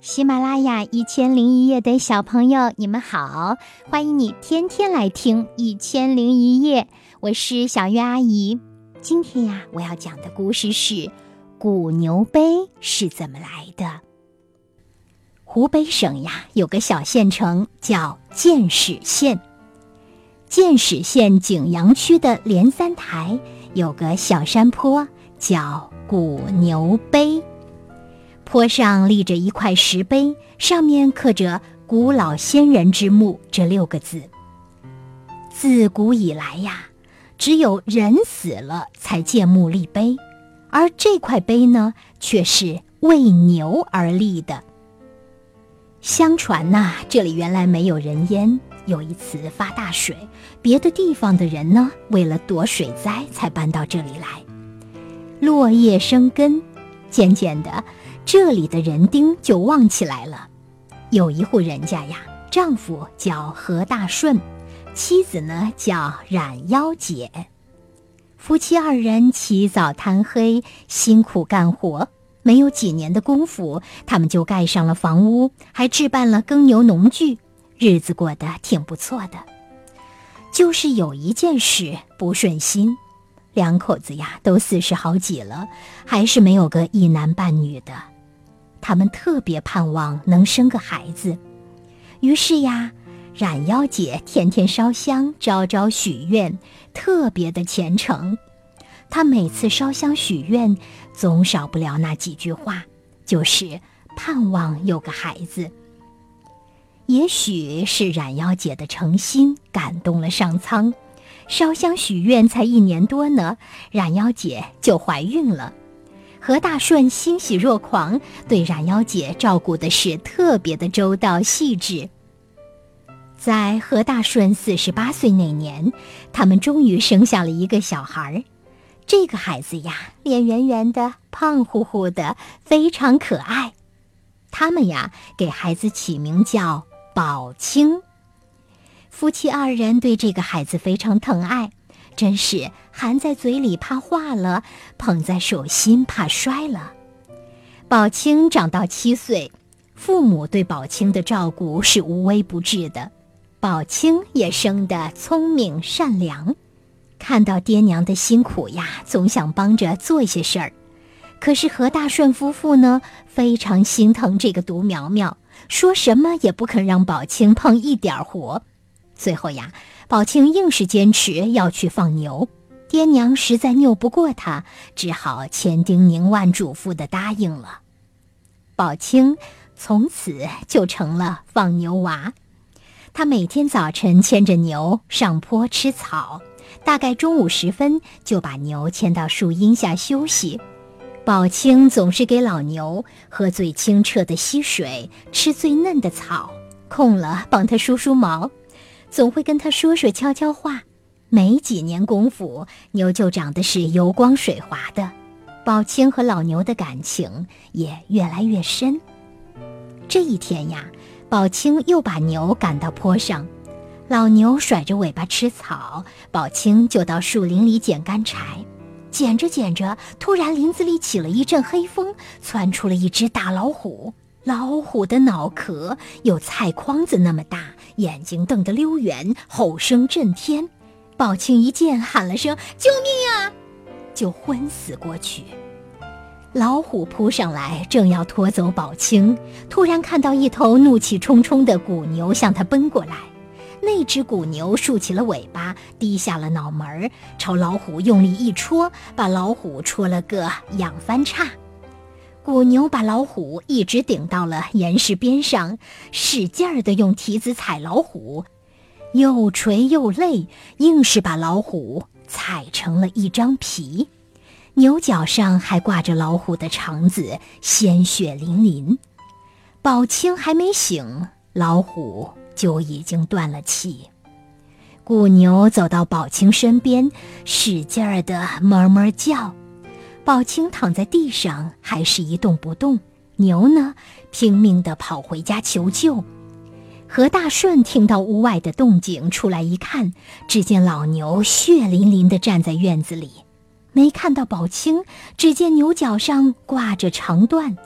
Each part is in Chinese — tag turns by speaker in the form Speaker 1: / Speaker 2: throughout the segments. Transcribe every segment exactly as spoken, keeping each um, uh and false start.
Speaker 1: 喜马拉雅一千零一夜的小朋友，你们好，欢迎你天天来听一千零一夜，我是小月阿姨。今天呀，我要讲的故事是古牛杯是怎么来的。湖北省呀，有个小县城叫建始县。建始县景阳区的连三台有个小山坡叫古牛碑，坡上立着一块石碑，上面刻着古老先人之墓这六个字。自古以来呀，只有人死了才建墓立碑，而这块碑呢，却是为牛而立的。相传呐，这里原来没有人烟，有一次发大水，别的地方的人呢，为了躲水灾才搬到这里来。落叶生根，渐渐的这里的人丁就旺起来了。有一户人家呀，丈夫叫何大顺，妻子呢叫冉妖姐。夫妻二人起早贪黑，辛苦干活，没有几年的功夫，他们就盖上了房屋，还置办了耕牛农具，日子过得挺不错的。就是有一件事不顺心，两口子呀都四十好几了，还是没有个一男半女的。他们特别盼望能生个孩子，于是呀，冉妖姐天天烧香，朝朝许愿，特别的虔诚。她每次烧香许愿，总少不了那几句话，就是盼望有个孩子。也许是冉妖姐的诚心感动了上苍，烧香许愿才一年多呢，冉妖姐就怀孕了。何大顺欣喜若狂，对冉妖姐照顾的是特别的周到细致。在何大顺四十八岁那年，他们终于生下了一个小孩。这个孩子呀，脸圆圆的，胖乎乎的，非常可爱。他们呀，给孩子起名叫宝清。夫妻二人对这个孩子非常疼爱，真是含在嘴里怕化了，捧在手心怕摔了。宝清长到七岁，父母对宝清的照顾是无微不至的，宝清也生得聪明善良，看到爹娘的辛苦呀，总想帮着做一些事儿。可是何大顺夫妇呢，非常心疼这个独苗苗，说什么也不肯让宝清碰一点活。最后呀，宝清硬是坚持要去放牛，爹娘实在拗不过他，只好千叮咛万嘱咐地答应了。宝清从此就成了放牛娃，他每天早晨牵着牛上坡吃草，大概中午时分就把牛牵到树荫下休息。宝清总是给老牛喝最清澈的溪水，吃最嫩的草，空了帮他梳梳毛，总会跟他说说悄悄话。没几年功夫，牛就长得是油光水滑的，宝清和老牛的感情也越来越深。这一天呀，宝清又把牛赶到坡上，老牛甩着尾巴吃草，宝清就到树林里捡干柴。捡着捡着，突然林子里起了一阵黑风，窜出了一只大老虎。老虎的脑壳有菜筐子那么大，眼睛瞪得溜圆，吼声震天。宝清一见，喊了声救命啊，就昏死过去。老虎扑上来，正要拖走宝清，突然看到一头怒气冲冲的古牛向他奔过来。那只古牛竖起了尾巴，低下了脑门，朝老虎用力一戳，把老虎戳了个仰翻叉。古牛把老虎一直顶到了岩石边上，使劲儿地用蹄子踩老虎，又锤又累，硬是把老虎踩成了一张皮。牛角上还挂着老虎的肠子，鲜血淋淋。宝清还没醒，老虎就已经断了气。古牛走到宝清身边，使劲儿地哞哞叫。宝清躺在地上，还是一动不动。牛呢，拼命地跑回家求救。何大顺听到屋外的动静，出来一看，只见老牛血淋淋地站在院子里，没看到宝清，只见牛角上挂着长缎。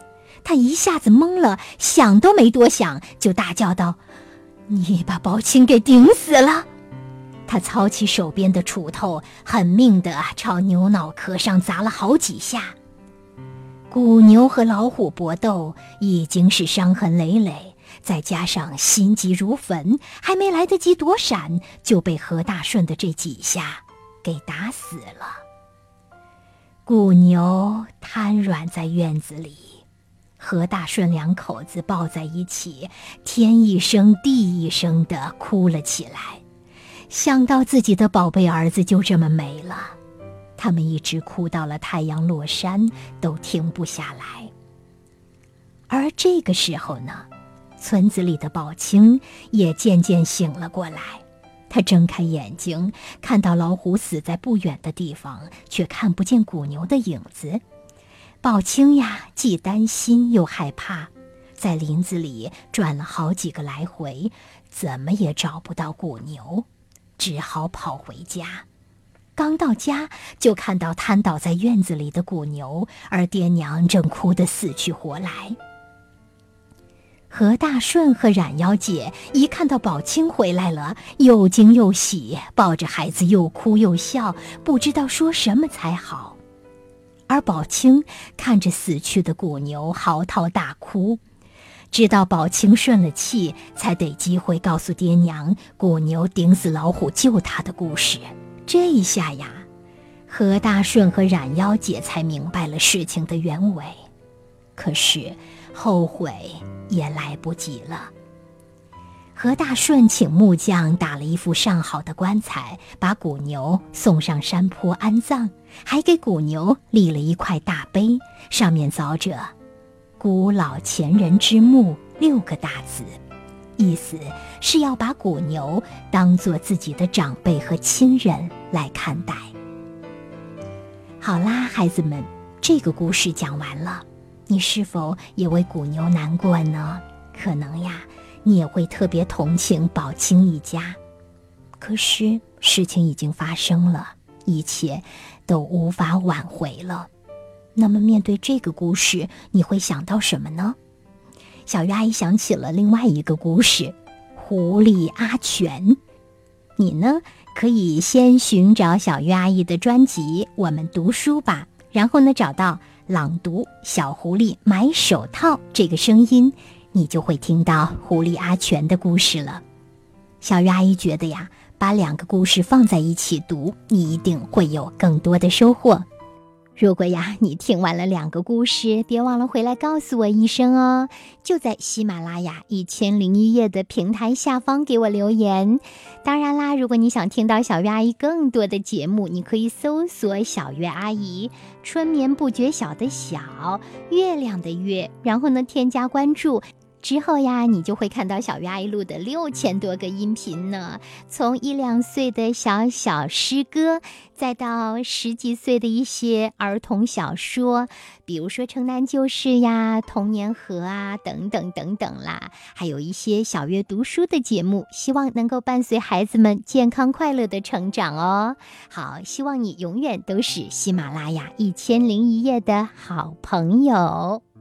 Speaker 1: 他一下子懵了，想都没多想，就大叫道：你把宝清给顶死了！他操起手边的锄头，狠命地朝牛脑壳上砸了好几下。古牛和老虎搏斗已经是伤痕累累，再加上心急如焚，还没来得及躲闪，就被何大顺的这几下给打死了。古牛瘫软在院子里，何大顺两口子抱在一起，天一声地一声地哭了起来。想到自己的宝贝儿子就这么没了，他们一直哭到了太阳落山，都停不下来。而这个时候呢，村子里的宝清也渐渐醒了过来。他睁开眼睛，看到老虎死在不远的地方，却看不见古牛的影子。宝清呀，既担心又害怕，在林子里转了好几个来回，怎么也找不到古牛，只好跑回家。刚到家，就看到瘫倒在院子里的古牛，而爹娘正哭得死去活来。何大顺和冉妖姐一看到宝清回来了，又惊又喜，抱着孩子又哭又笑，不知道说什么才好。而宝清看着死去的古牛嚎啕大哭，直到宝清顺了气，才得机会告诉爹娘古牛顶死老虎救他的故事。这一下呀，何大顺和冉妖姐才明白了事情的原委，可是后悔也来不及了。何大顺请木匠打了一副上好的棺材，把古牛送上山坡安葬，还给古牛立了一块大碑，上面凿着古老前人之墓六个大字，意思是要把古牛当作自己的长辈和亲人来看待。好啦，孩子们，这个故事讲完了，你是否也为古牛难过呢？可能呀，你也会特别同情宝清一家。可是事情已经发生了，一切都无法挽回了。那么面对这个故事，你会想到什么呢？小鱼阿姨想起了另外一个故事，狐狸阿全。你呢，可以先寻找小鱼阿姨的专辑《我们读书吧》，然后呢，找到朗读小狐狸买手套这个声音，你就会听到狐狸阿全的故事了。小鱼阿姨觉得呀，把两个故事放在一起读，你一定会有更多的收获。如果呀，你听完了两个故事，别忘了回来告诉我一声哦，就在喜马拉雅一千零一夜的平台下方给我留言。当然啦，如果你想听到小月阿姨更多的节目，你可以搜索小月阿姨，春眠不觉晓的晓，月亮的月，然后呢添加关注。之后呀，你就会看到小鱼阿姨录的六千多个音频呢，从一两岁的小小诗歌，再到十几岁的一些儿童小说，比如说《城南旧事》呀、《童年河》啊等等等等啦，还有一些小月读书的节目，希望能够伴随孩子们健康快乐的成长哦。好，希望你永远都是喜马拉雅一千零一夜的好朋友。